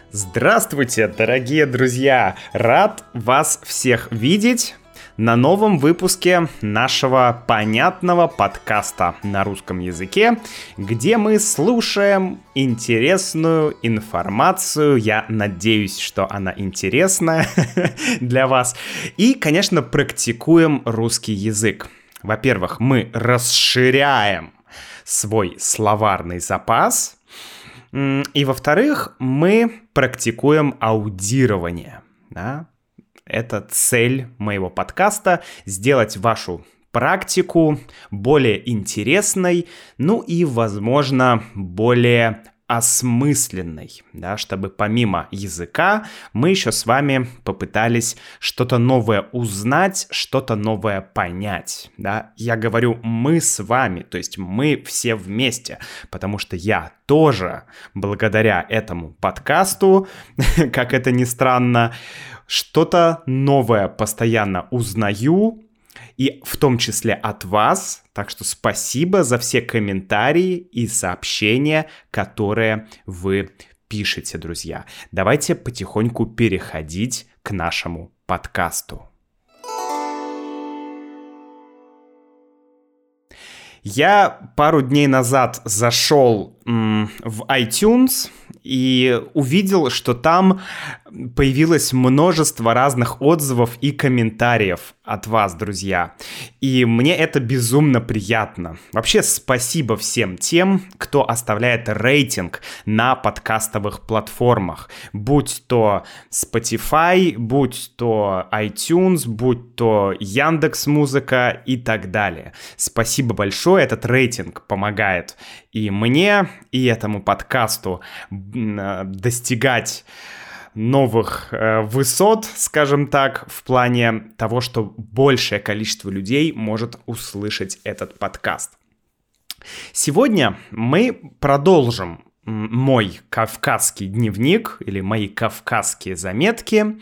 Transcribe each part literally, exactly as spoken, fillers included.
Здравствуйте, дорогие друзья! Рад вас всех видеть на новом выпуске нашего понятного подкаста на русском языке, где мы слушаем интересную информацию. Я надеюсь, что она интересная для вас. И, конечно, практикуем русский язык. Во-первых, мы расширяем свой словарный запас. И, во-вторых, мы практикуем аудирование. Да? Это цель моего подкаста — сделать вашу практику более интересной, ну и, возможно, более осмысленной, да, чтобы помимо языка мы еще с вами попытались что-то новое узнать, что-то новое понять, да. Я говорю «мы с вами», то есть мы все вместе, потому что я тоже благодаря этому подкасту, как это ни странно, что-то новое постоянно узнаю, и в том числе от вас. Так что спасибо за все комментарии и сообщения, которые вы пишете, друзья. Давайте потихоньку переходить к нашему подкасту. Я пару дней назад зашел м, в iTunes и увидел, что там появилось множество разных отзывов и комментариев от вас, друзья. И мне это безумно приятно. Вообще, спасибо всем тем, кто оставляет рейтинг на подкастовых платформах. Будь то Spotify, будь то iTunes, будь то Яндекс.Музыка и так далее. Спасибо большое, этот рейтинг помогает и мне, и этому подкасту достигать новых э, высот, скажем так, в плане того, что большее количество людей может услышать этот подкаст. Сегодня мы продолжим мой кавказский дневник или мои кавказские заметки.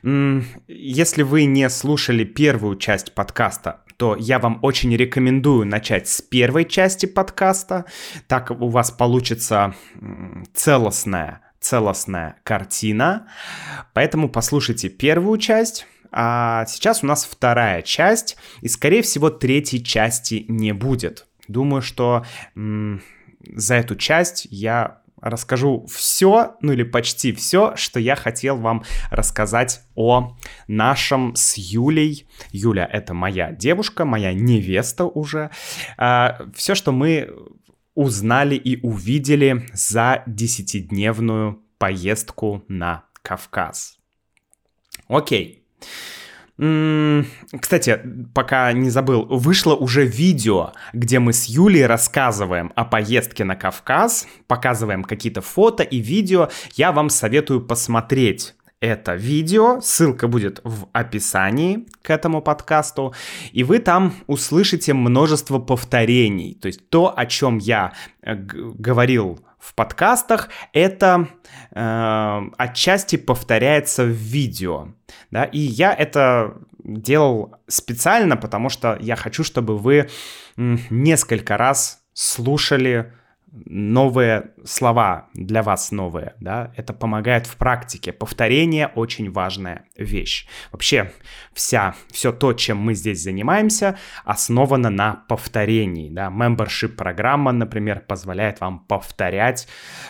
Если вы не слушали первую часть подкаста, то я вам очень рекомендую начать с первой части подкаста. Так у вас получится целостная целостная картина, поэтому послушайте первую часть, а сейчас у нас вторая часть, и, скорее всего, третьей части не будет. Думаю, что м- за эту часть я расскажу все, ну или почти все, что я хотел вам рассказать о нашем с Юлей. Юля — это моя девушка, моя невеста уже. А, все, что мы узнали и увидели за десятидневную поездку на Кавказ. Окей. М-м, кстати, пока не забыл, вышло уже видео, где мы с Юлей рассказываем о поездке на Кавказ, показываем какие-то фото и видео. Я вам советую посмотреть это видео, ссылка будет в описании к этому подкасту, и вы там услышите множество повторений. То есть то, о чем я г- говорил в подкастах, это э, отчасти повторяется в видео. Да? И я это делал специально, потому что я хочу, чтобы вы м, несколько раз слушали новые слова, для вас новые, да, это помогает в практике. Повторение — очень важная вещь. Вообще, вся, все то, чем мы здесь занимаемся, основано на повторении, да. Membership-программа, например, позволяет вам повторять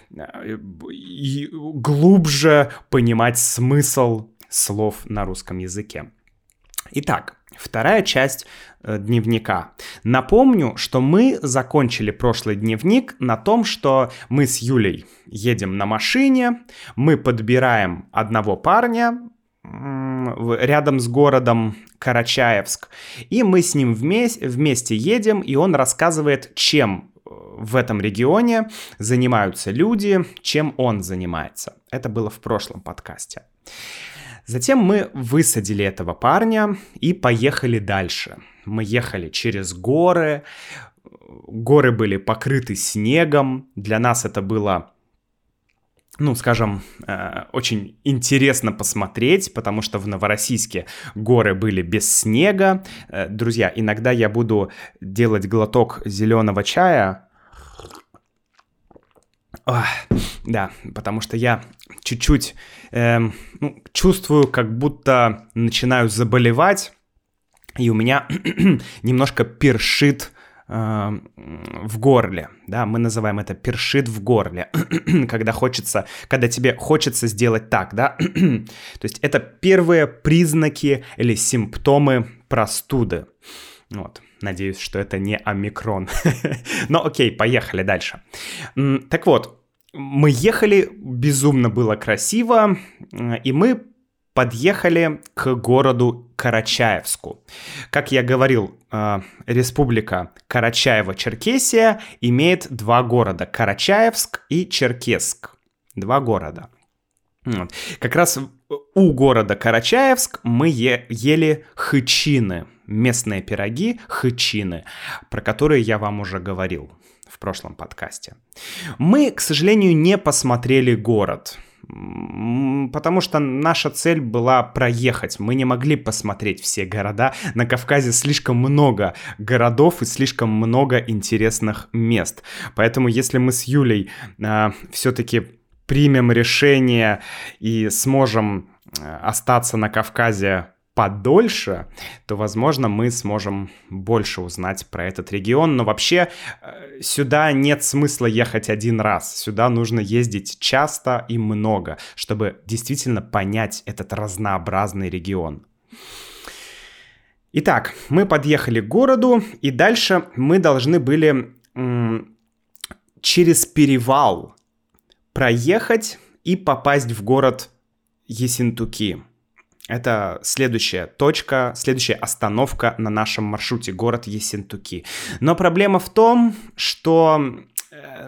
и глубже понимать смысл слов на русском языке. Итак, вторая часть э, дневника. Напомню, что мы закончили прошлый дневник на том, что мы с Юлей едем на машине, мы подбираем одного парня м- рядом с городом Карачаевск, и мы с ним вместе, вместе едем, и он рассказывает, чем в этом регионе занимаются люди, чем он занимается. Это было в прошлом подкасте. Затем мы высадили этого парня и поехали дальше. Мы ехали через горы, горы были покрыты снегом. Для нас это было, ну, скажем, очень интересно посмотреть, потому что в Новороссийске горы были без снега. Друзья, иногда я буду делать глоток зеленого чая. Ох, да, потому что я чуть-чуть э, ну, чувствую, как будто начинаю заболевать, и у меня немножко першит э, в горле. Да, мы называем это першит в горле, когда хочется, когда тебе хочется сделать так, да. То есть это первые признаки или симптомы простуды. Вот. Надеюсь, что это не омикрон. Но окей, поехали дальше. Так вот, мы ехали, безумно было красиво, и мы подъехали к городу Карачаевску. Как я говорил, республика Карачаево-Черкесия имеет два города – Карачаевск и Черкесск. Два города. Вот. Как раз у города Карачаевск мы е- ели хычины, местные пироги хычины, про которые я вам уже говорил в прошлом подкасте. Мы, к сожалению, не посмотрели город, потому что наша цель была проехать. Мы не могли посмотреть все города. На Кавказе слишком много городов и слишком много интересных мест. Поэтому если мы с Юлей э, все-таки примем решение и сможем остаться на Кавказе подольше, то, возможно, мы сможем больше узнать про этот регион. Но вообще сюда нет смысла ехать один раз. Сюда нужно ездить часто и много, чтобы действительно понять этот разнообразный регион. Итак, мы подъехали к городу, и дальше мы должны были м- через перевал проехать и попасть в город Ессентуки. Это следующая точка, следующая остановка на нашем маршруте, город Ессентуки. Но проблема в том, что э,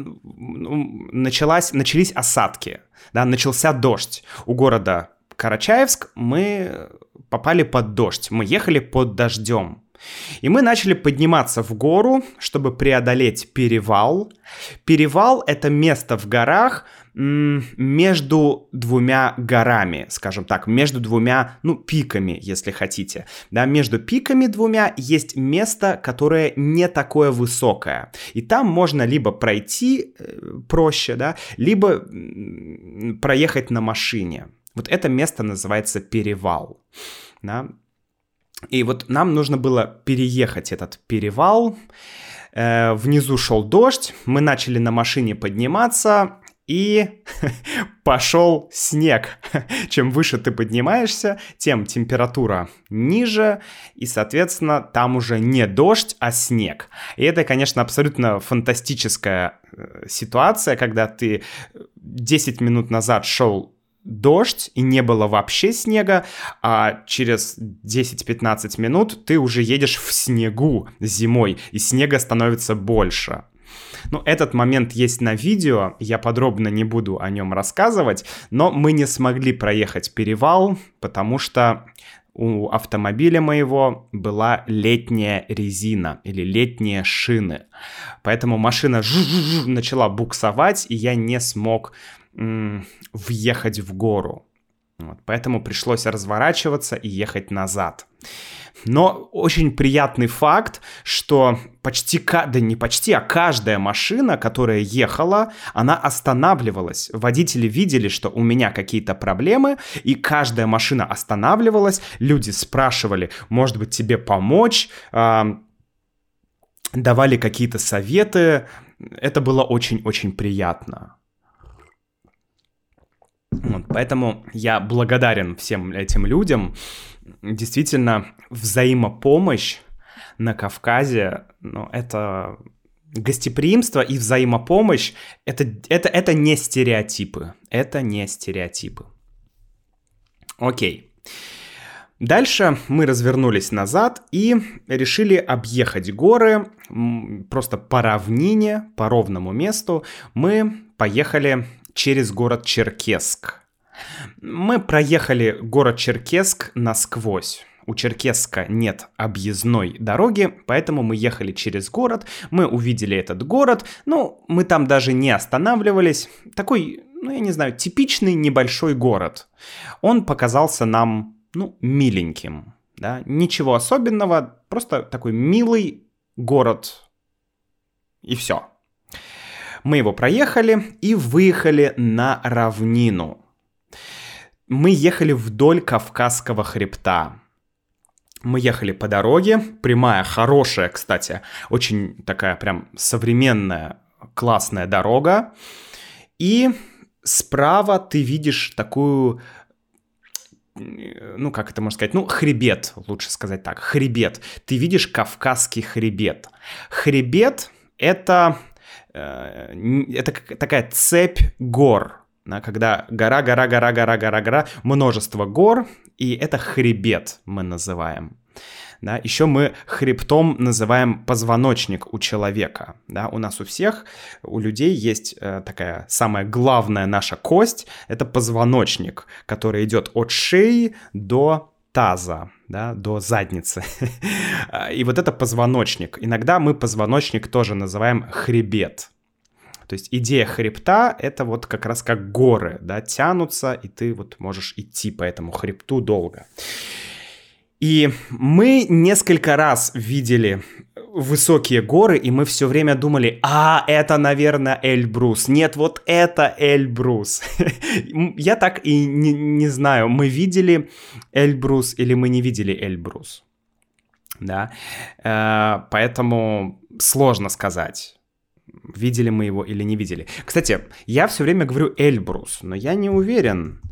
началась, начались осадки, да, начался дождь. У города Карачаевск мы попали под дождь, мы ехали под дождем. И мы начали подниматься в гору, чтобы преодолеть перевал. Перевал — это место в горах м- между двумя горами, скажем так, между двумя, ну, пиками, если хотите. Да, между пиками двумя есть место, которое не такое высокое. И там можно либо пройти э, проще, да, либо м- проехать на машине. Вот это место называется перевал, да. И вот нам нужно было переехать этот перевал. Э, внизу шел дождь, мы начали на машине подниматься, и пошел снег. Чем выше ты поднимаешься, тем температура ниже, и, соответственно, там уже не дождь, а снег. И это, конечно, абсолютно фантастическая ситуация, когда ты десять минут назад шел дождь, и не было вообще снега, а через десять-пятнадцать минут ты уже едешь в снегу зимой, и снега становится больше. Ну, этот момент есть на видео, я подробно не буду о нем рассказывать, но мы не смогли проехать перевал, потому что у автомобиля моего была летняя резина или летние шины. Поэтому машина начала буксовать, и я не смог въехать в гору. Вот, поэтому пришлось разворачиваться и ехать назад. Но очень приятный факт, что почти, да не почти, а каждая машина, которая ехала, она останавливалась. Водители видели, что у меня какие-то проблемы, и каждая машина останавливалась. Люди спрашивали, может быть, тебе помочь, давали какие-то советы. Это было очень-очень приятно. Вот, поэтому я благодарен всем этим людям. Действительно, взаимопомощь на Кавказе, ну, это гостеприимство и взаимопомощь, это, это, это не стереотипы. Это не стереотипы. Окей. Дальше мы развернулись назад и решили объехать горы просто по равнине, по ровному месту. Мы поехали через город Черкесск. Мы проехали город Черкесск насквозь. У Черкесска нет объездной дороги, поэтому мы ехали через город, мы увидели этот город, ну, мы там даже не останавливались. Такой, ну, я не знаю, типичный небольшой город. Он показался нам, ну, миленьким, да, ничего особенного, просто такой милый город, и все. Мы его проехали и выехали на равнину. Мы ехали вдоль Кавказского хребта. Мы ехали по дороге, прямая, хорошая, кстати, очень такая прям современная, классная дорога. И справа ты видишь такую, ну, как это можно сказать, ну, хребет, лучше сказать так, хребет. Ты видишь Кавказский хребет. Хребет — это, э, это такая цепь гор. Когда гора, гора, гора, гора, гора, гора, множество гор, и это хребет мы называем. Да? Еще мы хребтом называем позвоночник у человека. Да? У нас у всех, у людей есть э, такая самая главная наша кость, это позвоночник, который идет от шеи до таза, да, до задницы. И вот это позвоночник. Иногда мы позвоночник тоже называем хребет. То есть идея хребта — это вот как раз как горы, да, тянутся, и ты вот можешь идти по этому хребту долго. И мы несколько раз видели высокие горы, и мы все время думали: а, это, наверное, Эльбрус. Нет, вот это Эльбрус. Я так и не, не знаю, мы видели Эльбрус или мы не видели Эльбрус. Да, поэтому сложно сказать, видели мы его или не видели. Кстати, я все время говорю Эльбрус, но я не уверен,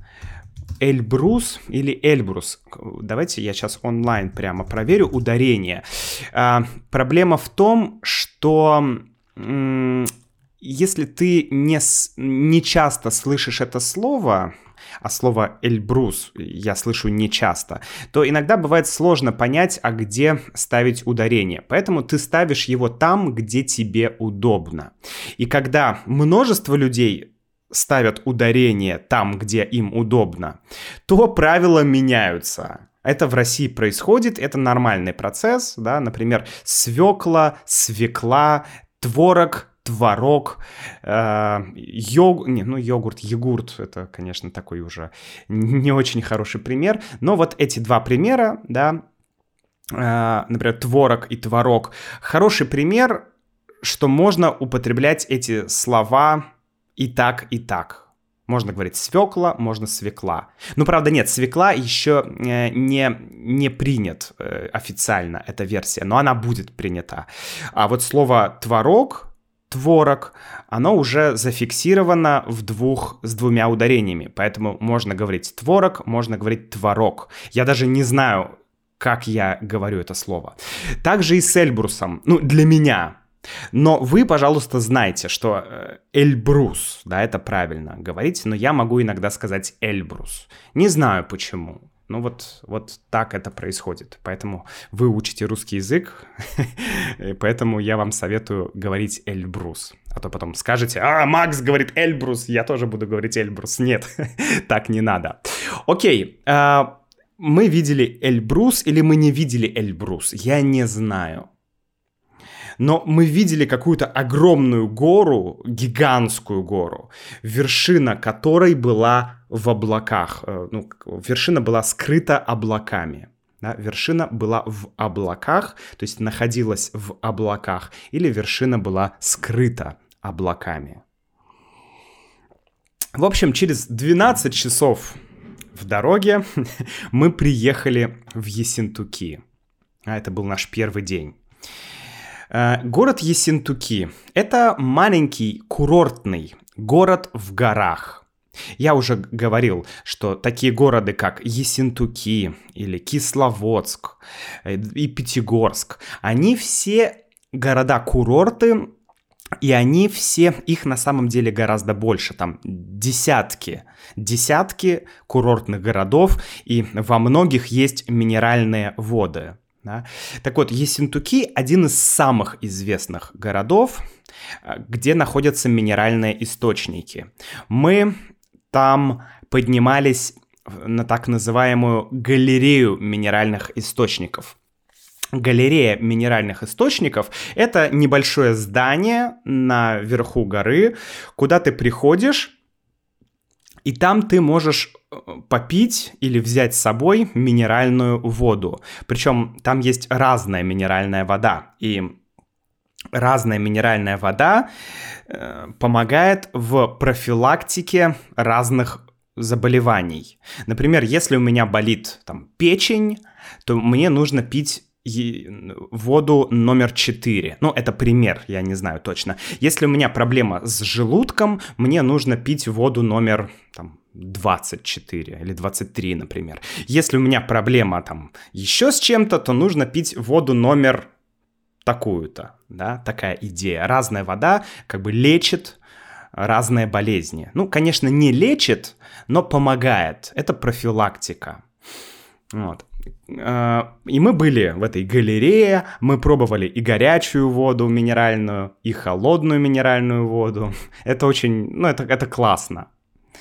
Эльбрус или Эльбрус. Давайте я сейчас онлайн прямо проверю ударение. А, проблема в том, что м- если ты не, с- не часто слышишь это слово, а слово Эльбрус я слышу не часто, то иногда бывает сложно понять, а где ставить ударение. Поэтому ты ставишь его там, где тебе удобно. И когда множество людей ставят ударение там, где им удобно, то правила меняются. Это в России происходит, это нормальный процесс, да, например, свекла, свекла, творог, творог, э, йог... не, ну, йогурт, йогурт, это, конечно, такой уже не очень хороший пример, но вот эти два примера, да, э, например, творог и творог, хороший пример, что можно употреблять эти слова и так, и так. Можно говорить свекла, можно свекла. Ну, правда, нет, свекла еще э, не, не принят э, официально, эта версия, но она будет принята. А вот слово творог, творог, оно уже зафиксировано в двух, с двумя ударениями. Поэтому можно говорить творог, можно говорить творог. Я даже не знаю, как я говорю это слово. Также и с Эльбрусом. Ну, для меня. Но вы, пожалуйста, знайте, что Эльбрус, да, это правильно говорите, но я могу иногда сказать Эльбрус. Не знаю почему, но вот, вот так это происходит. Поэтому вы учите русский язык, поэтому я вам советую говорить Эльбрус. А то потом скажете: а, Макс говорит Эльбрус, я тоже буду говорить Эльбрус. Нет, так не надо. Окей, мы видели Эльбрус или мы не видели Эльбрус? Я не знаю. Но мы видели какую-то огромную гору, гигантскую гору, вершина которой была в облаках. Ну, вершина была скрыта облаками. Да? Вершина была в облаках, то есть находилась в облаках, или вершина была скрыта облаками. В общем, через двенадцать часов в дороге мы приехали в Ессентуки. А это был наш первый день. Город Ессентуки — это маленький курортный город в горах. Я уже говорил, что такие города, как Ессентуки или Кисловодск и Пятигорск, они все города-курорты, и они все, их на самом деле гораздо больше, там десятки, десятки курортных городов, и во многих есть минеральные воды. Да? Так вот, Ессентуки — один из самых известных городов, где находятся минеральные источники. Мы там поднимались на так называемую галерею минеральных источников. Галерея минеральных источников — это небольшое здание на верху горы, куда ты приходишь, и там ты можешь попить или взять с собой минеральную воду. Причем там есть разная минеральная вода. И разная минеральная вода э, помогает в профилактике разных заболеваний. Например, если у меня болит там печень, то мне нужно пить воду номер четыре. Ну, это пример, я не знаю точно. Если у меня проблема с желудком, мне нужно пить воду номер там, двадцать четыре или двадцать три, например. Если у меня проблема там еще с чем-то, то нужно пить воду номер такую-то, да, такая идея. Разная вода как бы лечит разные болезни. Ну, конечно, не лечит, но помогает. Это профилактика. Вот. И мы были в этой галерее, мы пробовали и горячую воду минеральную, и холодную минеральную воду. Это очень, ну, это, это классно.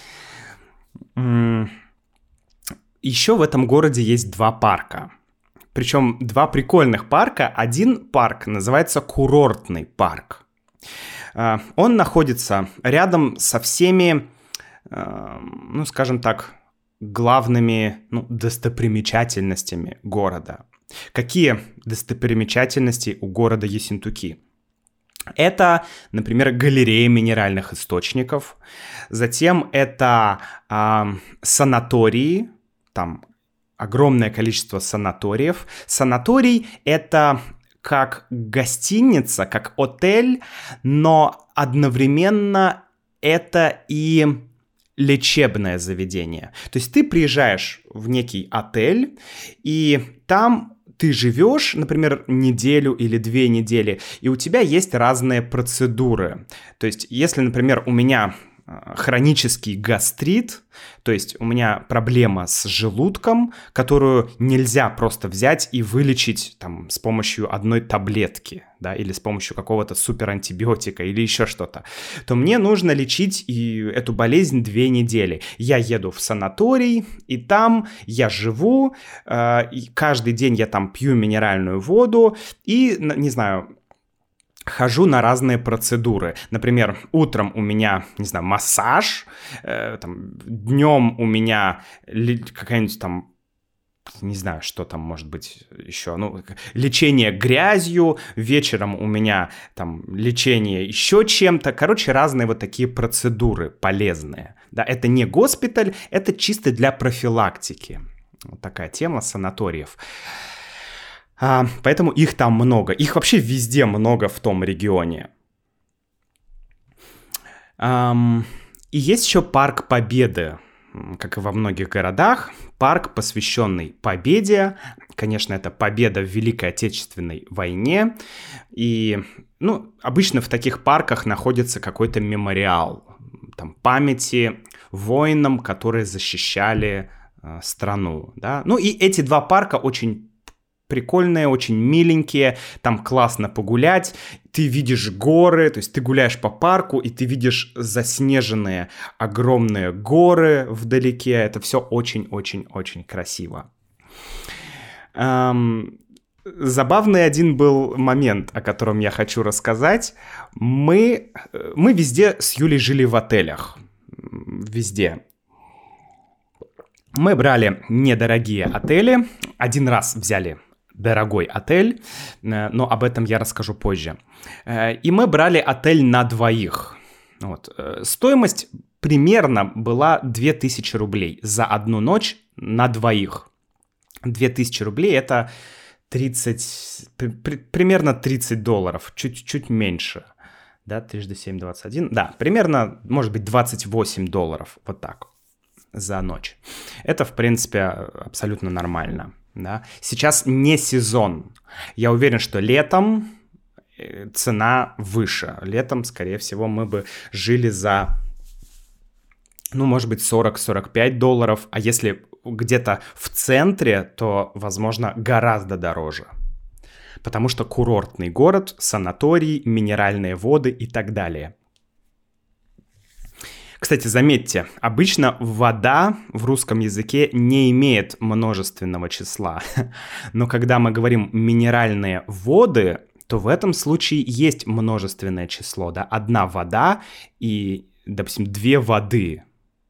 Еще в этом городе есть два парка. Причем два прикольных парка. Один парк называется Курортный парк. Он находится рядом со всеми, ну, скажем так, главными, ну, достопримечательностями города. Какие достопримечательности у города Ессентуки? Это, например, галерея минеральных источников. Затем это э, санатории, там огромное количество санаториев. Санаторий — это как гостиница, как отель, но одновременно это и лечебное заведение. То есть ты приезжаешь в некий отель, и там ты живешь, например, неделю или две недели, и у тебя есть разные процедуры. То есть если, например, у меня хронический гастрит, то есть у меня проблема с желудком, которую нельзя просто взять и вылечить там с помощью одной таблетки, да, или с помощью какого-то суперантибиотика или еще что-то, то мне нужно лечить и эту болезнь две недели. Я еду в санаторий, и там я живу, э, и каждый день я там пью минеральную воду и, не знаю, хожу на разные процедуры. Например, утром у меня, не знаю, массаж, э, там, днем у меня ли, какая-нибудь там, не знаю, что там может быть еще, ну, лечение грязью, вечером у меня там лечение еще чем-то. Короче, разные вот такие процедуры полезные. Да, это не госпиталь, это чисто для профилактики. Вот такая тема санаториев. А, поэтому их там много. Их вообще везде много в том регионе. Um, и есть еще парк Победы, как и во многих городах. Парк, посвященный Победе. Конечно, это победа в Великой Отечественной войне. И, ну, обычно в таких парках находится какой-то мемориал. Там, памяти воинам, которые защищали э, страну. Да? Ну и эти два парка очень прикольные, очень миленькие, там классно погулять, ты видишь горы, то есть ты гуляешь по парку, и ты видишь заснеженные огромные горы вдалеке, это все очень-очень-очень красиво. Эм, забавный один был момент, о котором я хочу рассказать. Мы, мы везде с Юлей жили в отелях, везде. Мы брали недорогие отели, один раз взяли дорогой отель, но об этом я расскажу позже. И мы брали отель на двоих. Вот. Стоимость примерно была две тысячи рублей за одну ночь на двоих. две тысячи рублей — это тридцать, при, при, примерно тридцать долларов, чуть-чуть меньше. Да, трижды семь, двадцать один. Да, примерно, может быть, двадцать восемь долларов, вот так, за ночь. Это, в принципе, абсолютно нормально. Да? Сейчас не сезон. Я уверен, что летом цена выше. Летом, скорее всего, мы бы жили за, ну, может быть, сорок-сорок пять долларов. А если где-то в центре, то, возможно, гораздо дороже. Потому что курортный город, санаторий, минеральные воды и так далее. Кстати, заметьте, обычно вода в русском языке не имеет множественного числа. Но когда мы говорим минеральные воды, то в этом случае есть множественное число. Да? Одна вода и, допустим, две воды.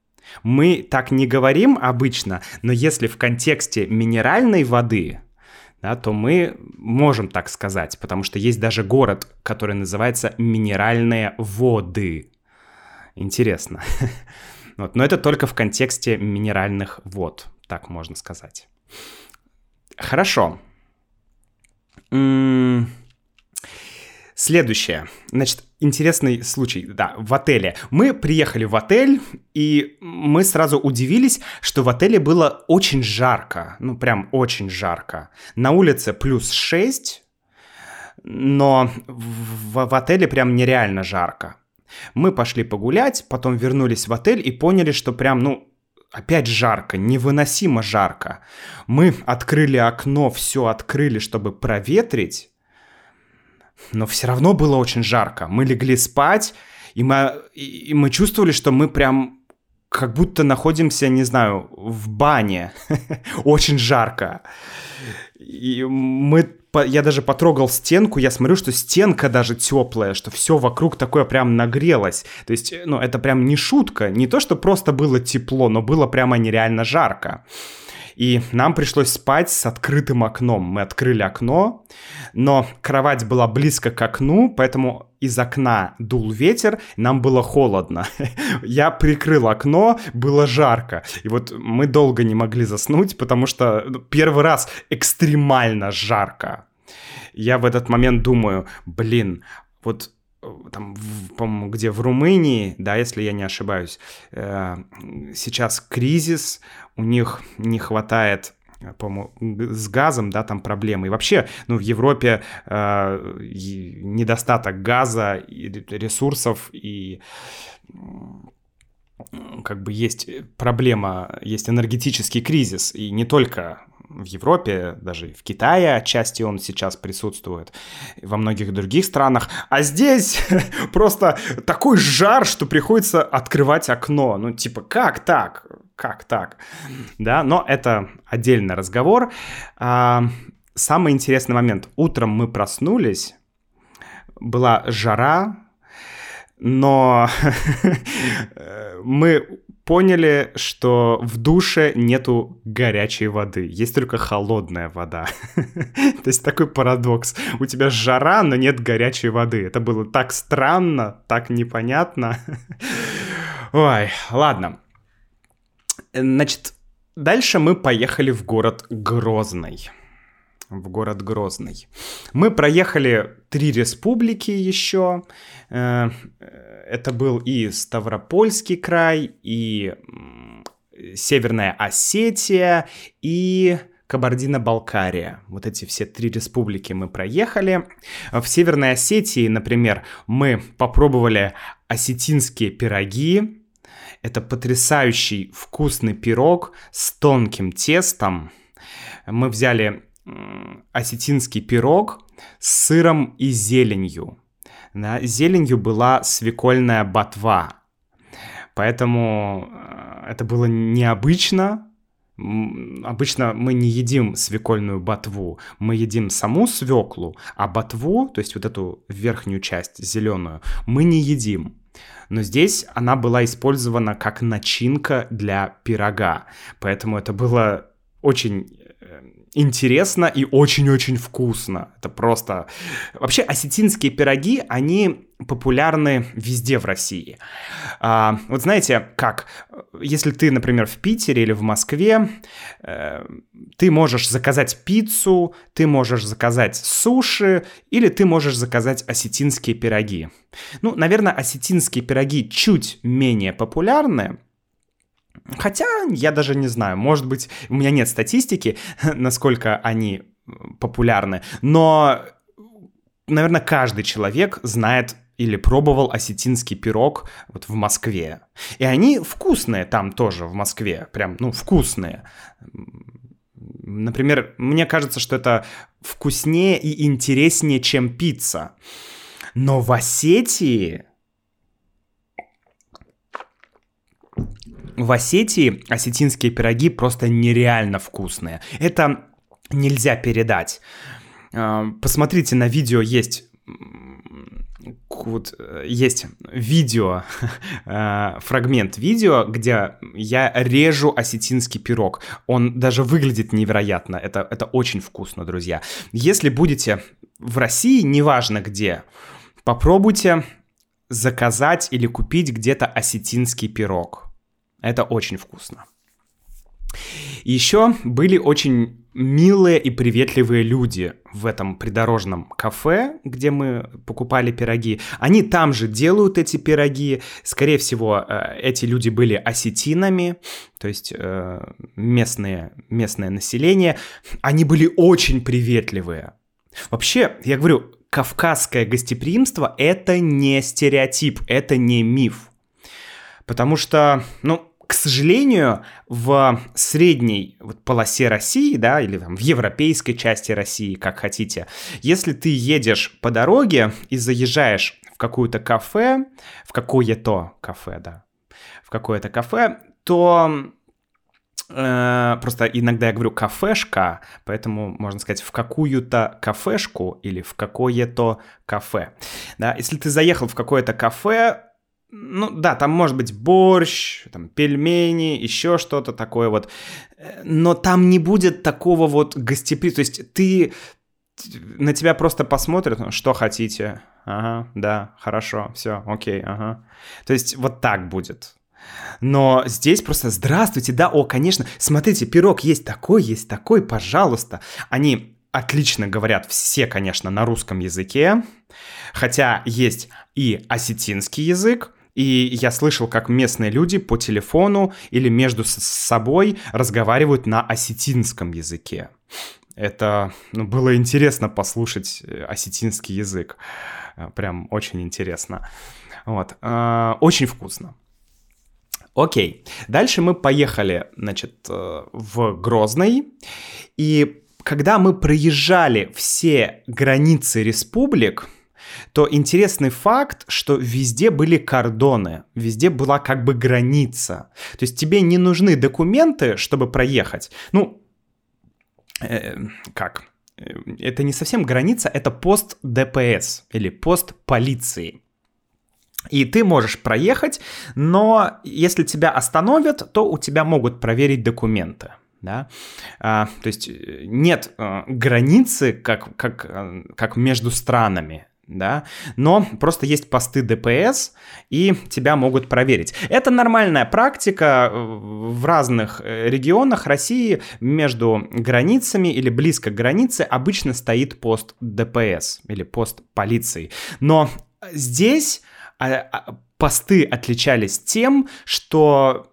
Мы так не говорим обычно, но если в контексте минеральной воды, да, то мы можем так сказать, потому что есть даже город, который называется Минеральные воды. Интересно. Вот. Но это только в контексте минеральных вод, так можно сказать. Хорошо. М- Следующее. Значит, интересный случай. Да, в отеле. Мы приехали в отель, и мы сразу удивились, что в отеле было очень жарко. Ну, прям очень жарко. На улице плюс шесть, но в, в отеле прям нереально жарко. Мы пошли погулять, потом вернулись в отель и поняли, что прям, ну, опять жарко, невыносимо жарко. Мы открыли окно, все открыли, чтобы проветрить, но все равно было очень жарко. Мы легли спать, и мы, и мы чувствовали, что мы прям как будто находимся, не знаю, в бане. Очень жарко. И мы, я даже потрогал стенку, я смотрю, что стенка даже теплая, что все вокруг такое прям нагрелось. То есть, ну, это прям не шутка. Не то, что просто было тепло, но было прямо нереально жарко. И нам пришлось спать с открытым окном. Мы открыли окно, но кровать была близко к окну, поэтому из окна дул ветер, нам было холодно. Я прикрыл окно, было жарко. И вот мы долго не могли заснуть, потому что первый раз экстремально жарко. Я в этот момент думаю, блин, вот... там, в, по-моему, где в Румынии, да, если я не ошибаюсь, э, сейчас кризис, у них не хватает, по-моему, с газом, да, там проблемы. И вообще, ну, в Европе э, недостаток газа, и ресурсов, и как бы есть проблема, есть энергетический кризис, и не только в Европе, даже в Китае отчасти он сейчас присутствует, во многих других странах. А здесь просто такой жар, что приходится открывать окно. Ну, типа, как так? Как так? Да, но это отдельный разговор. А, самый интересный момент. Утром мы проснулись, была жара, но мы поняли, что в душе нету горячей воды, есть только холодная вода. То есть такой парадокс. У тебя жара, но нет горячей воды. Это было так странно, так непонятно. Ой, ладно. Значит, дальше мы поехали в город Грозный. В город Грозный. Мы проехали три республики еще. Это был и Ставропольский край, и Северная Осетия, и Кабардино-Балкария. Вот эти все три республики мы проехали. В Северной Осетии, например, мы попробовали осетинские пироги. Это потрясающий вкусный пирог с тонким тестом. Мы взяли осетинский пирог с сыром и зеленью. Да, зеленью была свекольная ботва. Поэтому это было необычно. Обычно мы не едим свекольную ботву, мы едим саму свеклу, а ботву, то есть вот эту верхнюю часть зеленую, мы не едим. Но здесь она была использована как начинка для пирога. Поэтому это было очень интересно и очень-очень вкусно. Это просто... Вообще, осетинские пироги, они популярны везде в России. А, вот знаете, как? Если ты, например, в Питере или в Москве, э, ты можешь заказать пиццу, ты можешь заказать суши, или ты можешь заказать осетинские пироги. Ну, наверное, осетинские пироги чуть менее популярны. Хотя, я даже не знаю, может быть, у меня нет статистики, насколько они популярны, но, наверное, каждый человек знает или пробовал осетинский пирог вот в Москве. И они вкусные там тоже, в Москве, прям, ну, вкусные. Например, мне кажется, что это вкуснее и интереснее, чем пицца. Но в Осетии... В Осетии осетинские пироги просто нереально вкусные. Это нельзя передать. Посмотрите, на видео есть вот есть видео, фрагмент видео, где я режу осетинский пирог. Он даже выглядит невероятно. Это, это очень вкусно, друзья. Если будете в России, неважно где, попробуйте заказать или купить где-то осетинский пирог. Это очень вкусно. Еще были очень милые и приветливые люди в этом придорожном кафе, где мы покупали пироги. Они там же делают эти пироги. Скорее всего, эти люди были осетинами, то есть местные, местное население. Они были очень приветливые. Вообще, я говорю, кавказское гостеприимство — это не стереотип, это не миф. Потому что, ну, к сожалению, в средней вот полосе России, да, или там в европейской части России, как хотите, если ты едешь по дороге и заезжаешь в какое-то кафе, в какое-то кафе, да, в какое-то кафе, то э, просто иногда я говорю кафешка, поэтому можно сказать в какую-то кафешку или в какое-то кафе. Да, если ты заехал в какое-то кафе, ну да, там может быть борщ, там пельмени, еще что-то такое вот, но там не будет такого вот гостеприимства, то есть ты, на тебя просто посмотрят, ну, что хотите, ага, да, хорошо, все, окей, ага, то есть вот так будет. Но здесь просто здравствуйте, да, о, конечно, смотрите, пирог есть такой, есть такой, пожалуйста. Они отлично говорят все, конечно, на русском языке, хотя есть и осетинский язык. И я слышал, как местные люди по телефону или между собой разговаривают на осетинском языке. Это, ну, было интересно послушать осетинский язык. Прям очень интересно. Вот. Очень вкусно. Окей. Дальше мы поехали, значит, в Грозный. И когда мы проезжали все границы республик, то интересный факт, что везде были кордоны, везде была как бы граница. То есть тебе не нужны документы, чтобы проехать. Ну, э, как? Это не совсем граница, это пост ДПС или пост полиции. И ты можешь проехать, но если тебя остановят, то у тебя могут проверить документы. Да? А, то есть нет а, границы, как, как, а, как между странами. Да, но просто есть посты ДПС, и тебя могут проверить. Это нормальная практика в разных регионах России. Между границами или близко к границе обычно стоит пост ДПС или пост полиции. Но здесь посты отличались тем, что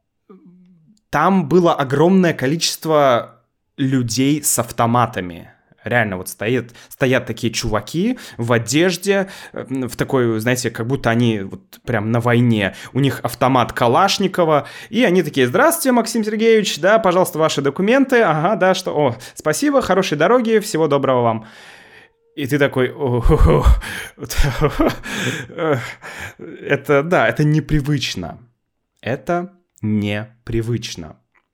там было огромное количество людей с автоматами. Реально вот стоят, стоят такие чуваки в одежде, в такой, знаете, как будто они вот прям на войне. У них автомат Калашникова, и они такие: здравствуйте, Максим Сергеевич, да, пожалуйста, ваши документы, ага, да, что, о, спасибо, хорошей дороги, всего доброго вам. И ты такой: это, да, это непривычно. Это непривычно.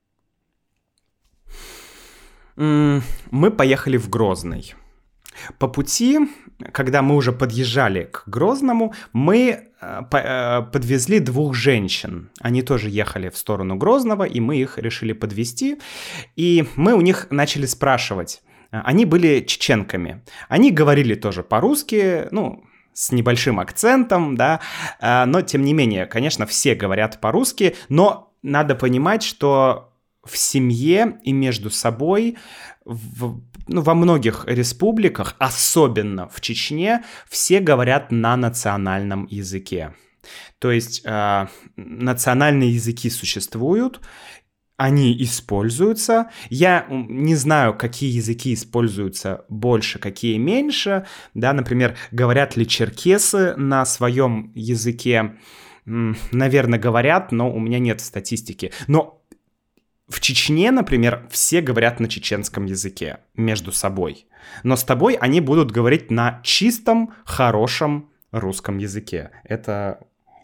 Мы поехали в Грозный. По пути, когда мы уже подъезжали к Грозному, мы подвезли двух женщин. Они тоже ехали в сторону Грозного, и мы их решили подвезти. И мы у них начали спрашивать. Они были чеченками. Они говорили тоже по-русски, ну, с небольшим акцентом, да, но тем не менее, конечно, все говорят по-русски, но надо понимать, что в семье и между собой в, ну, во многих республиках, особенно в Чечне, все говорят на национальном языке. То есть э, национальные языки существуют, они используются. Я не знаю, какие языки используются больше, какие меньше. Да, например, говорят ли черкесы на своем языке? Наверное, говорят, но у меня нет статистики. Но в Чечне, например, все говорят на чеченском языке между собой. Но с тобой они будут говорить на чистом, хорошем русском языке. Это...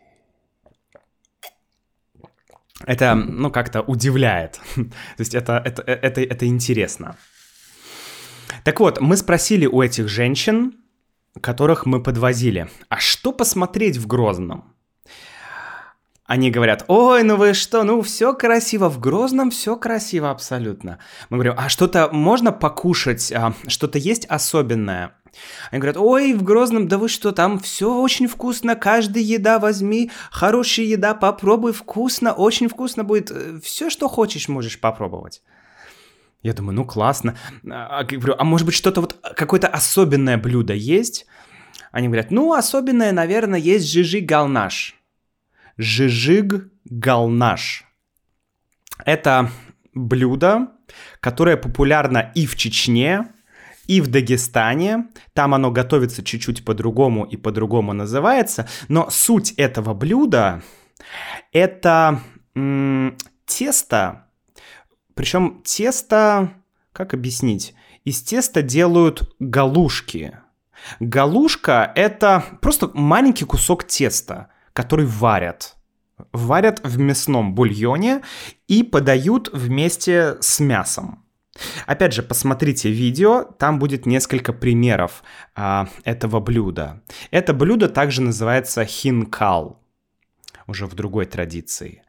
Это, ну, как-то удивляет. То есть это, это, это, это интересно. Так вот, мы спросили у этих женщин, которых мы подвозили: а что посмотреть в Грозном? Они говорят: ой, ну вы что, ну все красиво, в Грозном все красиво абсолютно. Мы говорим: а что-то можно покушать, а, что-то есть особенное? Они говорят: ой, в Грозном, да вы что, там все очень вкусно, каждая еда возьми, хорошая еда, попробуй, вкусно, очень вкусно будет, все, что хочешь, можешь попробовать. Я думаю, ну классно. А, говорю, а может быть что-то вот, какое-то особенное блюдо есть? Они говорят: ну, особенное, наверное, есть жижиг-галнаш. Жижиг-галнаш. Это блюдо, которое популярно и в Чечне, и в Дагестане. Там оно готовится чуть-чуть по-другому и по-другому называется. Но суть этого блюда — это м- тесто. Причем тесто, как объяснить? Из теста делают галушки. Галушка — это просто маленький кусок теста, который варят. Варят в мясном бульоне и подают вместе с мясом. Опять же, посмотрите видео, там будет несколько примеров а, этого блюда. Это блюдо также называется хинкал, уже в другой традиции.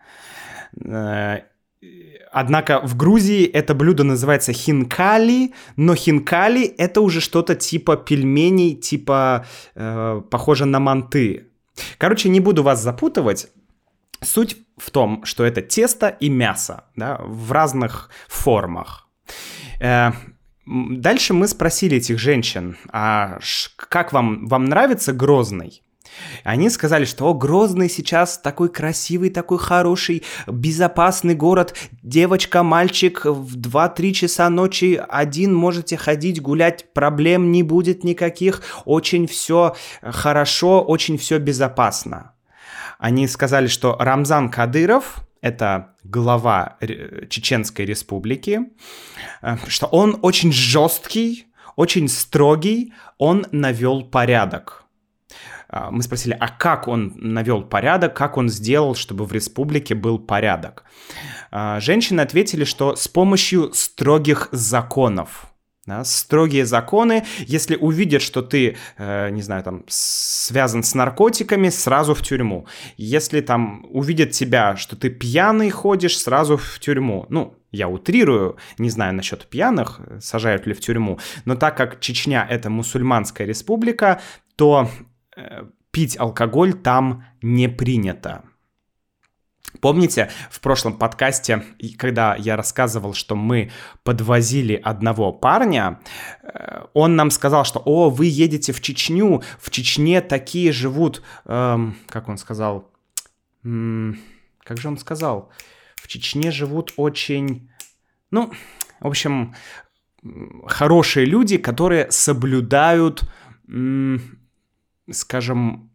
Однако в Грузии это блюдо называется хинкали, но хинкали — это уже что-то типа пельменей, типа э, похоже на манты. Короче, не буду вас запутывать. Суть в том, что это тесто и мясо, да, в разных формах. Э, дальше мы спросили этих женщин: а как вам, вам нравится Грозный? Они сказали, что о, Грозный сейчас такой красивый, такой хороший, безопасный город. Девочка, мальчик, в два-три часа ночи один можете ходить, гулять, проблем не будет никаких. Очень все хорошо, очень все безопасно. Они сказали, что Рамзан Кадыров, это глава Чеченской Республики, что он очень жесткий, очень строгий, он навел порядок. Мы спросили, а как он навел порядок, как он сделал, чтобы в республике был порядок? Женщины ответили, что с помощью строгих законов. Да, строгие законы, если увидят, что ты, э, не знаю, там, связан с наркотиками, сразу в тюрьму. Если там увидят тебя, что ты пьяный ходишь, сразу в тюрьму. Ну, я утрирую, не знаю насчет пьяных, сажают ли в тюрьму, но так как Чечня — это мусульманская республика, то э, пить алкоголь там не принято. Помните, в прошлом подкасте, когда я рассказывал, что мы подвозили одного парня, он нам сказал, что «О, вы едете в Чечню, в Чечне такие живут...» эм, Как он сказал? М- как же он сказал? В Чечне живут очень... Ну, в общем, хорошие люди, которые соблюдают, м- скажем...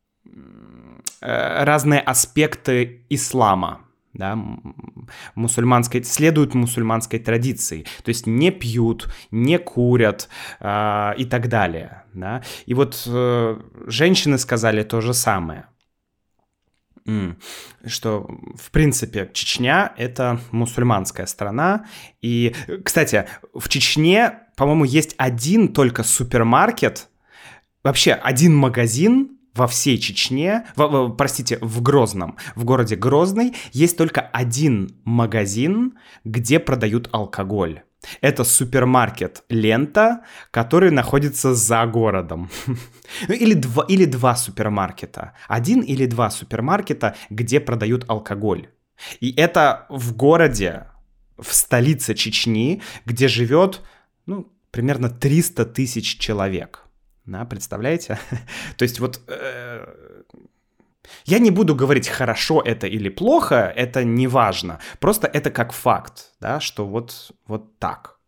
разные аспекты ислама, да, мусульманской, следуют мусульманской традиции, то есть не пьют, не курят э, и так далее, да. И вот э, женщины сказали то же самое, mm. что, в принципе, Чечня — это мусульманская страна, и, кстати, в Чечне, по-моему, есть один только супермаркет, вообще один магазин во всей Чечне, в, в, простите, в Грозном, в городе Грозный есть только один магазин, где продают алкоголь. Это супермаркет «Лента», который находится за городом. Или два, или два супермаркета. Один или два супермаркета, где продают алкоголь. И это в городе, в столице Чечни, где живет, ну, примерно триста тысяч человек. Да, представляете? То есть вот э, я не буду говорить, хорошо это или плохо, это не важно. Просто это как факт, да, что вот, вот так.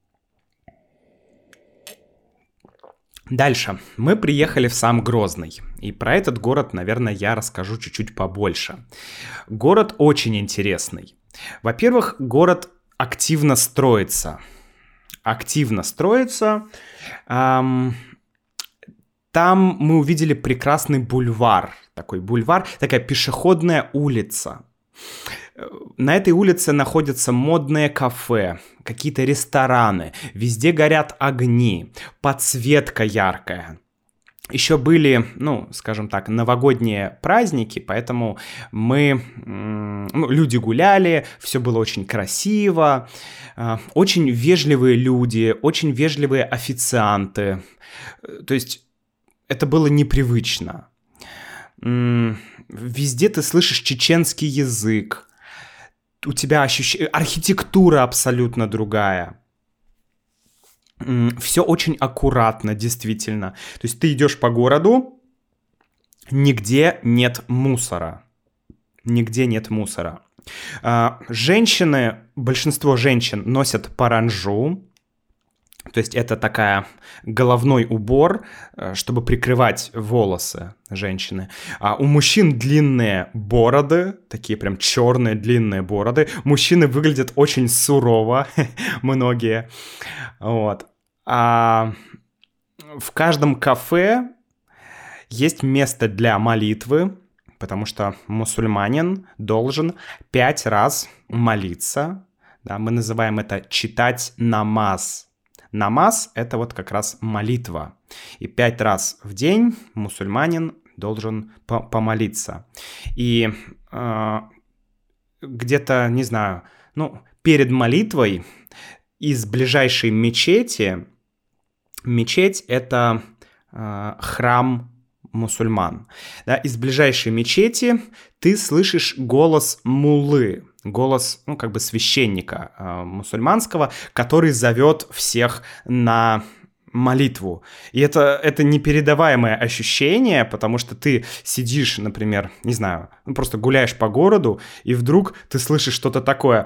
Дальше. Мы приехали в сам Грозный. И про этот город, наверное, я расскажу чуть-чуть побольше. Город очень интересный. Во-первых, город активно строится. Активно строится. Эм, Там мы увидели прекрасный бульвар, такой бульвар, такая пешеходная улица. На этой улице находятся модные кафе, какие-то рестораны, везде горят огни, подсветка яркая. еще были, ну, скажем так, новогодние праздники, поэтому мы, ну, люди гуляли, все было очень красиво, очень вежливые люди, очень вежливые официанты. То есть это было непривычно. Везде ты слышишь чеченский язык, у тебя ощущение, архитектура абсолютно другая. Все очень аккуратно, действительно. То есть ты идешь по городу, нигде нет мусора. Нигде нет мусора. Женщины, большинство женщин носят паранджу. То есть это такая головной убор, чтобы прикрывать волосы женщины. А у мужчин длинные бороды, такие прям черные длинные бороды. Мужчины выглядят очень сурово, многие. Вот. А в каждом кафе есть место для молитвы, потому что мусульманин должен пять раз молиться. Да, мы называем это читать намаз. Намаз — это вот как раз молитва. И пять раз в день мусульманин должен по- помолиться. И э, где-то, не знаю, ну, перед молитвой из ближайшей мечети, мечеть — это э, храм мусульман, да, из ближайшей мечети ты слышишь голос муллы, голос, ну, как бы священника э, мусульманского, который зовет всех на молитву. И это, это непередаваемое ощущение, потому что ты сидишь, например, не знаю, ну, просто гуляешь по городу, и вдруг ты слышишь что-то такое.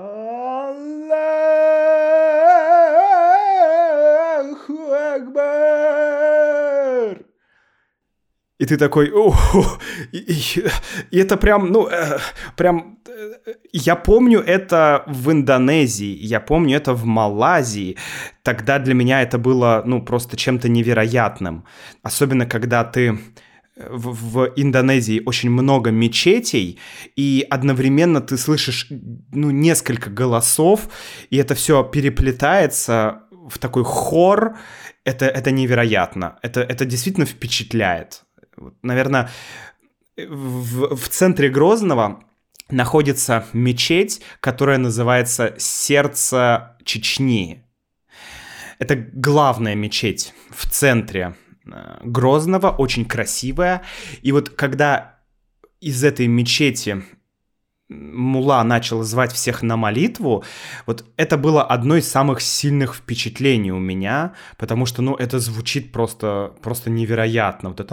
И ты такой, ох, и, и, и это прям, ну, э, прям, э, я помню это в Индонезии, я помню это в Малайзии, тогда для меня это было, ну, просто чем-то невероятным, особенно когда ты в, в Индонезии очень много мечетей, и одновременно ты слышишь, ну, несколько голосов, и это все переплетается в такой хор, это, это невероятно, это, это действительно впечатляет. Наверное, в, в центре Грозного находится мечеть, которая называется «Сердце Чечни». Это главная мечеть в центре Грозного, очень красивая. И вот когда из этой мечети мулла начал звать всех на молитву, вот это было одно из самых сильных впечатлений у меня, потому что, ну, это звучит просто, просто невероятно. Вот это...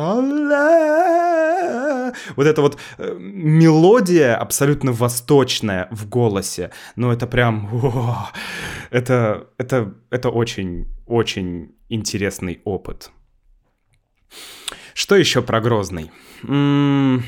Вот эта вот мелодия абсолютно восточная в голосе. Ну, это прям... О, это, это, это очень, очень интересный опыт. Что еще про Грозный? М-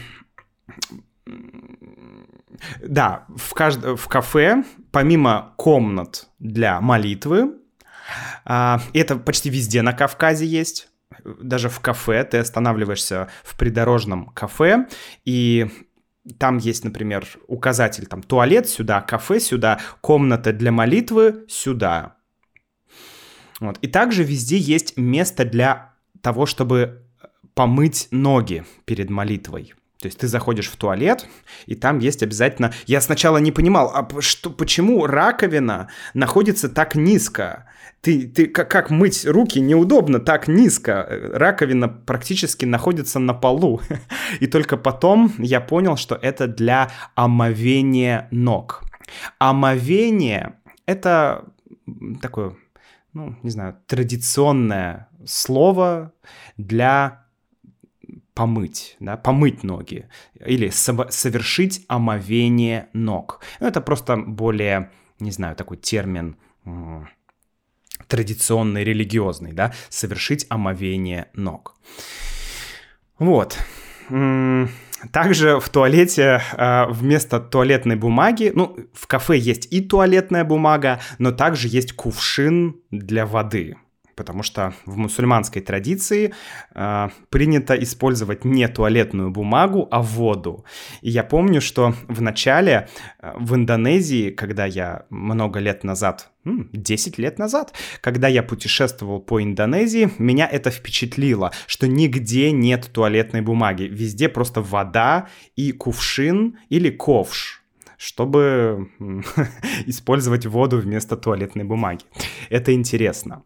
Да, в, кажд... в кафе, помимо комнат для молитвы, а, это почти везде на Кавказе есть, даже в кафе, ты останавливаешься в придорожном кафе, и там есть, например, указатель, там, туалет сюда, кафе сюда, комната для молитвы сюда. Вот. И также везде есть место для того, чтобы помыть ноги перед молитвой. То есть ты заходишь в туалет, и там есть обязательно... Я сначала не понимал, а что, почему раковина находится так низко? Ты, ты, как, как мыть руки неудобно так низко? Раковина практически находится на полу. И только потом я понял, что это для омовения ног. Омовение — это такое, ну, не знаю, традиционное слово для... помыть, да, помыть ноги или со- совершить омовение ног. Ну, это просто более, не знаю, такой термин м- традиционный, религиозный, да, совершить омовение ног. Вот. М- Также в туалете э, вместо туалетной бумаги, ну, в кафе есть и туалетная бумага, но также есть кувшин для воды. потому что в мусульманской традиции э, принято использовать не туалетную бумагу, а воду. И я помню, что в начале э, в Индонезии, когда я много лет назад, десять лет назад, когда я путешествовал по Индонезии, меня это впечатлило, что нигде нет туалетной бумаги, везде просто вода и кувшин или ковш, чтобы использовать воду вместо туалетной бумаги. Это интересно.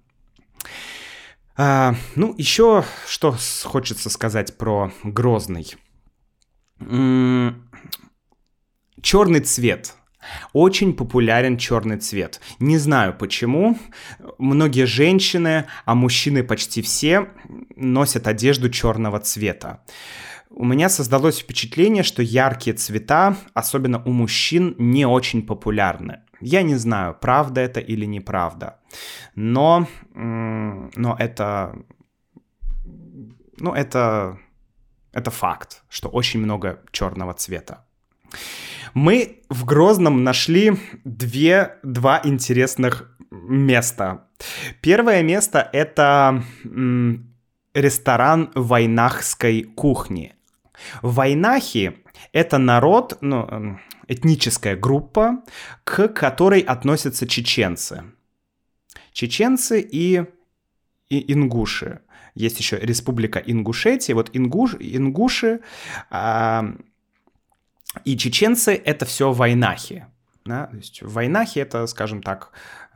А, ну, еще что хочется сказать про Грозный. М-м- черный цвет. Очень популярен черный цвет. Не знаю почему. Многие женщины, а мужчины почти все, носят одежду черного цвета. У меня создалось впечатление, что яркие цвета, особенно у мужчин, не очень популярны. Я не знаю, правда это или неправда, но, но это, ну, это, это факт, что очень много черного цвета. Мы в Грозном нашли две, два интересных места. Первое место — это м, ресторан вайнахской кухни. Вайнахи — это народ, ну, этническая группа, к которой относятся чеченцы. Чеченцы и, и ингуши. Есть еще республика Ингушетия. Вот ингуш, ингуши а, и чеченцы — это все вайнахи. Да? То есть вайнахи — это, скажем так,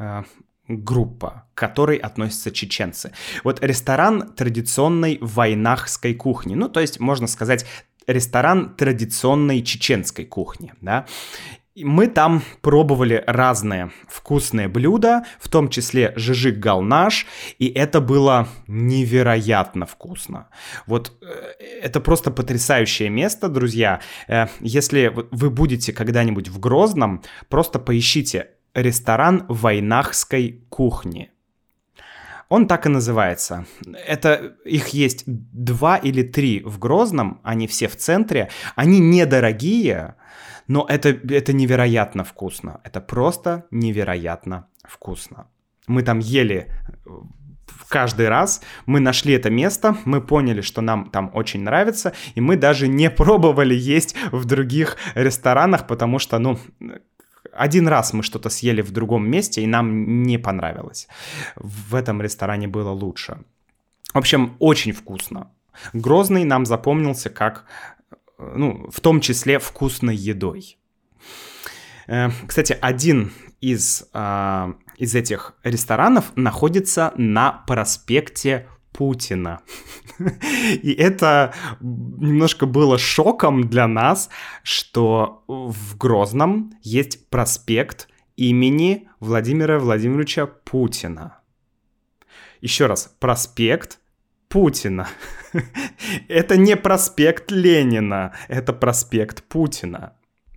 группа, к которой относятся чеченцы. Вот ресторан традиционной вайнахской кухни. Ну, то есть, можно сказать, ресторан традиционной чеченской кухни, да. Мы там пробовали разные вкусные блюда, в том числе жижик-галнаш, и это было невероятно вкусно. Вот это просто потрясающее место, друзья. Если вы будете когда-нибудь в Грозном, просто поищите ресторан вайнахской кухни. Он так и называется. Это, их есть два или три в Грозном, они все в центре. Они недорогие, но это, это невероятно вкусно. Это просто невероятно вкусно. Мы там ели каждый раз, мы нашли это место, мы поняли, что нам там очень нравится, и мы даже не пробовали есть в других ресторанах, потому что, ну... Один раз мы что-то съели в другом месте, и нам не понравилось. В этом ресторане было лучше. В общем, очень вкусно. Грозный нам запомнился как, ну, в том числе вкусной едой. Кстати, один из, из этих ресторанов находится на проспекте Путина. И это немножко было шоком для нас, что в Грозном есть проспект имени Владимира Владимировича Путина. Еще раз, проспект Путина. Это не проспект Ленина, это проспект Путина.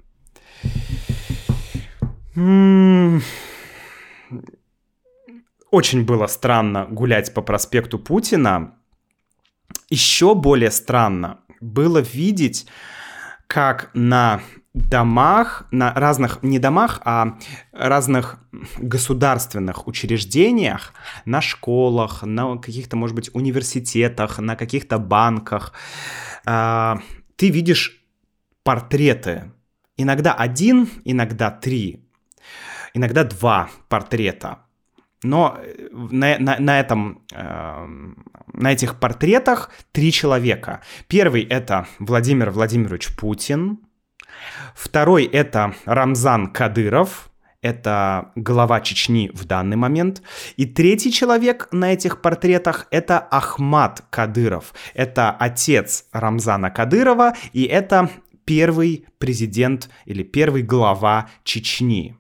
Очень было странно гулять по проспекту Путина. Еще более странно было видеть, как на домах, на разных, не домах, а разных государственных учреждениях, на школах, на каких-то, может быть, университетах, на каких-то банках, э, ты видишь портреты. Иногда один, иногда три, иногда два портрета. Но на, на, на, этом, э, на этих портретах три человека. Первый — это Владимир Владимирович Путин. Второй — это Рамзан Кадыров. Это глава Чечни в данный момент. И третий человек на этих портретах — это Ахмад Кадыров. Это отец Рамзана Кадырова, и это первый президент или первый глава Чечни.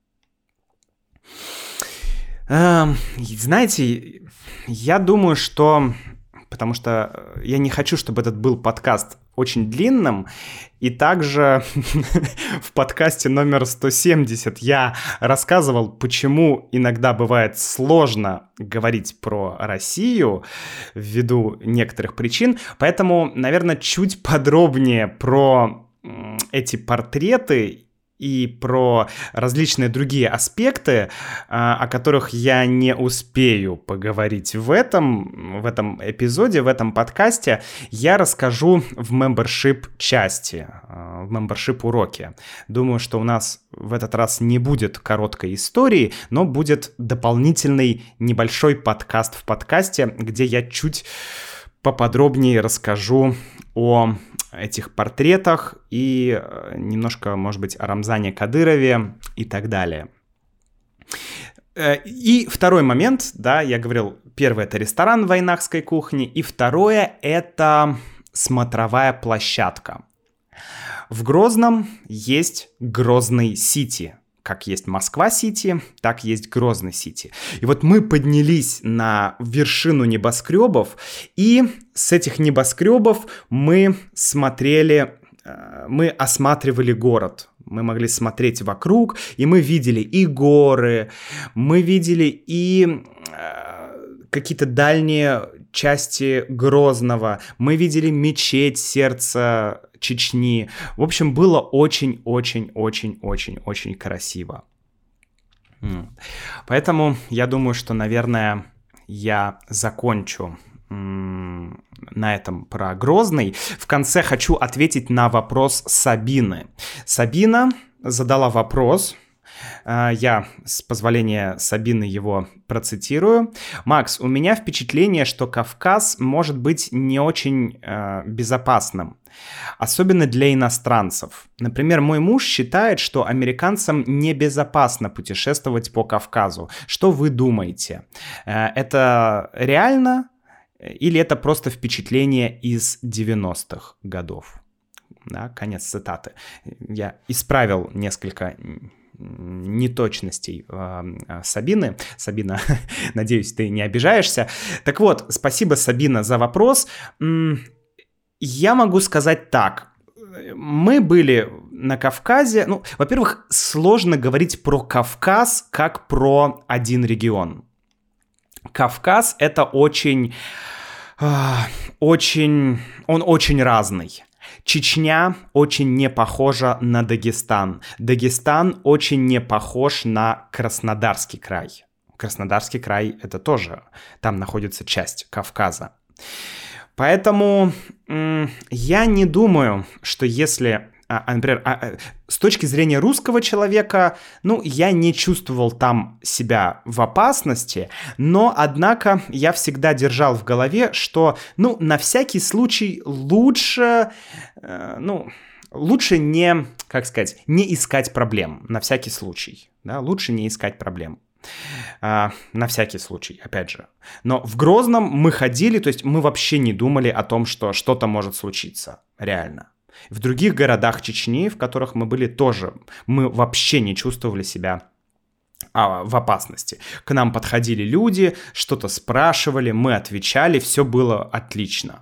Знаете, я думаю, что... Потому что я не хочу, чтобы этот был подкаст очень длинным. И также в подкасте номер сто семьдесят я рассказывал, почему иногда бывает сложно говорить про Россию ввиду некоторых причин. Поэтому, наверное, чуть подробнее про эти портреты и про различные другие аспекты, о которых я не успею поговорить в этом, в этом эпизоде, в этом подкасте, я расскажу в membership части, в membership уроке. Думаю, что у нас в этот раз не будет короткой истории, но будет дополнительный небольшой подкаст в подкасте, где я чуть поподробнее расскажу о этих портретах и немножко, может быть, о Рамзане Кадырове и так далее. И второй момент, да, я говорил, первый — это ресторан в айнахской кухне, и второе — это смотровая площадка. В Грозном есть Грозный Сити. Как есть Москва-Сити, так есть Грозный-Сити. И вот мы поднялись на вершину небоскребов, и с этих небоскребов мы смотрели, мы осматривали город. Мы могли смотреть вокруг, и мы видели и горы, мы видели и какие-то дальние части Грозного, мы видели мечеть сердца Чечни. В общем, было очень-очень-очень-очень-очень красиво. Поэтому я думаю, что, наверное, я закончу м- на этом про Грозный. В конце хочу ответить на вопрос Сабины. Сабина задала вопрос. Я, с позволения Сабины, его процитирую. «Макс, у меня впечатление, что Кавказ может быть не очень э, безопасным, особенно для иностранцев. Например, мой муж считает, что американцам небезопасно путешествовать по Кавказу. Что вы думаете? Э, это реально или это просто впечатление из девяностых годов?» Да, конец цитаты. Я исправил несколько неточностей э, Сабины. Сабина, надеюсь, ты не обижаешься. Так вот, спасибо, Сабина, за вопрос. Я могу сказать так. Мы были на Кавказе. Ну, во-первых, сложно говорить про Кавказ как про один регион. Кавказ — это очень, э, очень, он очень разный. Чечня очень не похожа на Дагестан. Дагестан очень не похож на Краснодарский край. Краснодарский край — это тоже, там находится часть Кавказа. Поэтому м- я не думаю, что если... А, например, а, с точки зрения русского человека, ну, я не чувствовал там себя в опасности, но, однако, я всегда держал в голове, что, ну, на всякий случай лучше, э, ну, лучше не, как сказать, не искать проблем, на всякий случай, да, лучше не искать проблем. Uh, на всякий случай, опять же. Но в Грозном мы ходили, то есть мы вообще не думали о том, что что-то может случиться, реально. В других городах Чечни, в которых мы были, тоже мы вообще не чувствовали себя а, в опасности. К нам подходили люди, что-то спрашивали, мы отвечали, все было отлично.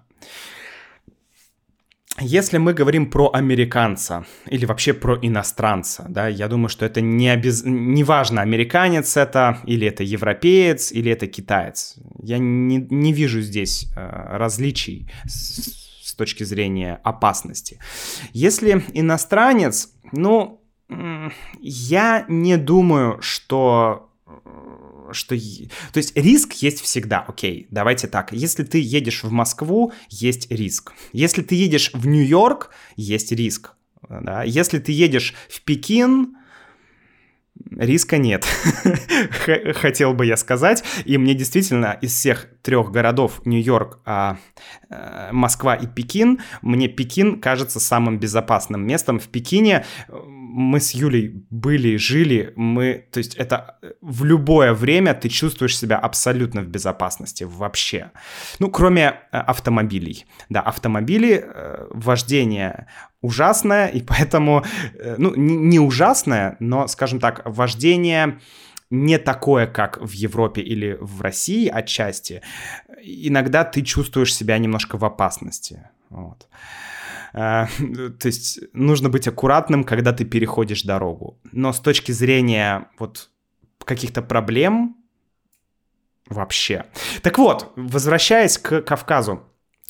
Если мы говорим про американца или вообще про иностранца, да, я думаю, что это не, обез... не важно, американец это, или это европеец, или это китаец. Я не, не вижу здесь э, различий с, с точки зрения опасности. Если иностранец, ну, я не думаю, что... что... То есть риск есть всегда, окей, давайте так. Если ты едешь в Москву, есть риск. Если ты едешь в Нью-Йорк, есть риск. Да? Если ты едешь в Пекин, риска нет, хотел бы я сказать. И мне действительно из всех трех городов, Нью-Йорк, Москва и Пекин, мне Пекин кажется самым безопасным местом. В Пекине мы с Юлей были, жили, мы, то есть это в любое время ты чувствуешь себя абсолютно в безопасности вообще. Ну, кроме автомобилей. Да, автомобили, вождение ужасное, и поэтому, ну, не ужасное, но, скажем так, вождение не такое, как в Европе или в России отчасти. Иногда ты чувствуешь себя немножко в опасности. Вот. То есть нужно быть аккуратным, когда ты переходишь дорогу. Но с точки зрения вот каких-то проблем вообще. Так вот, возвращаясь к Кавказу.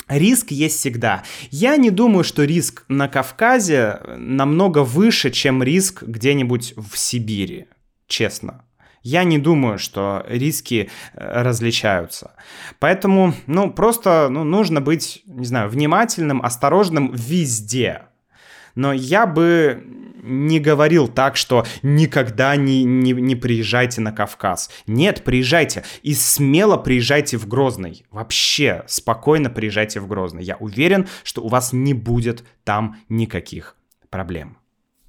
Риск есть всегда. Я не думаю, что риск на Кавказе намного выше, чем риск где-нибудь в Сибири, честно. Я не думаю, что риски различаются. Поэтому, ну, просто ну, нужно быть, не знаю, внимательным, осторожным везде. Но я бы не говорил так, что никогда не, не, не приезжайте на Кавказ. Нет, приезжайте. И смело приезжайте в Грозный. Вообще спокойно приезжайте в Грозный. Я уверен, что у вас не будет там никаких проблем.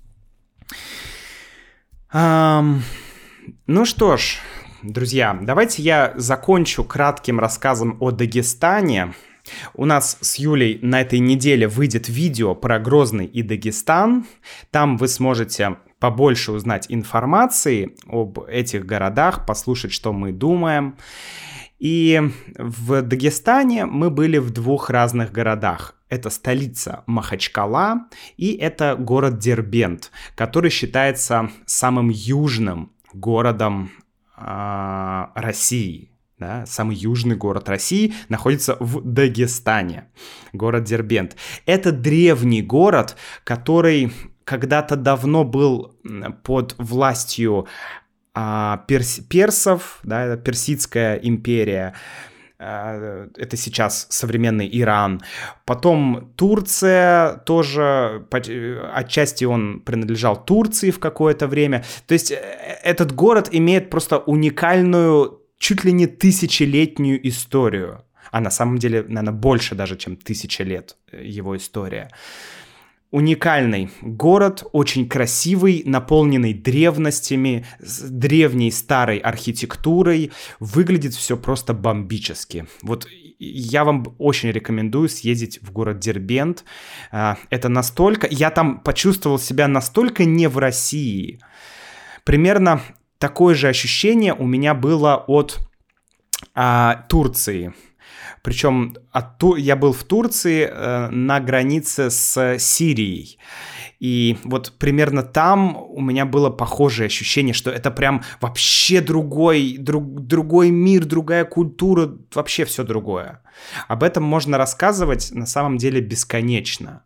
Um... Ну что ж, друзья, давайте я закончу кратким рассказом о Дагестане. У нас с Юлей на этой неделе выйдет видео про Грозный и Дагестан. Там вы сможете побольше узнать информации об этих городах, послушать, что мы думаем. И в Дагестане мы были в двух разных городах. Это столица Махачкала и это город Дербент, который считается самым южным городом э, России. Да? Самый южный город России находится в Дагестане, город Дербент. Это древний город, который когда-то давно был под властью э, перс- персов, да, Персидская империя. Это сейчас современный Иран. Потом Турция тоже, отчасти он принадлежал Турции в какое-то время. То есть этот город имеет просто уникальную, чуть ли не тысячелетнюю историю. А на самом деле, наверное, больше даже, чем тысяча лет его история. Уникальный город, очень красивый, наполненный древностями, с древней старой архитектурой. Выглядит все просто бомбически. Вот я вам очень рекомендую съездить в город Дербент. Это настолько... Я там почувствовал себя настолько не в России. Примерно такое же ощущение у меня было от а, Турции. Причем от Ту... я был в Турции э, на границе с Сирией. И вот примерно там у меня было похожее ощущение, что это прям вообще другой, друг, другой мир, другая культура, вообще все другое. Об этом можно рассказывать на самом деле бесконечно.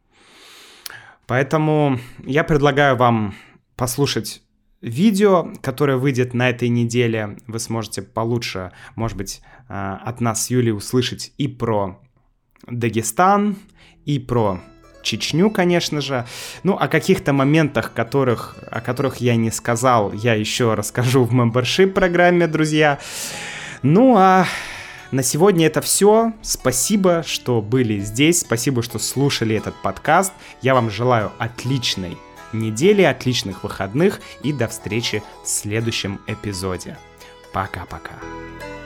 Поэтому я предлагаю вам послушать видео, которое выйдет на этой неделе. Вы сможете получше, может быть, от нас с Юлей услышать и про Дагестан, и про Чечню, конечно же. Ну, о каких-то моментах, которых, о которых я не сказал, я еще расскажу в мембершип программе, друзья. Ну, а на сегодня это все. Спасибо, что были здесь. Спасибо, что слушали этот подкаст. Я вам желаю отличной недели, отличных выходных и до встречи в следующем эпизоде. Пока-пока.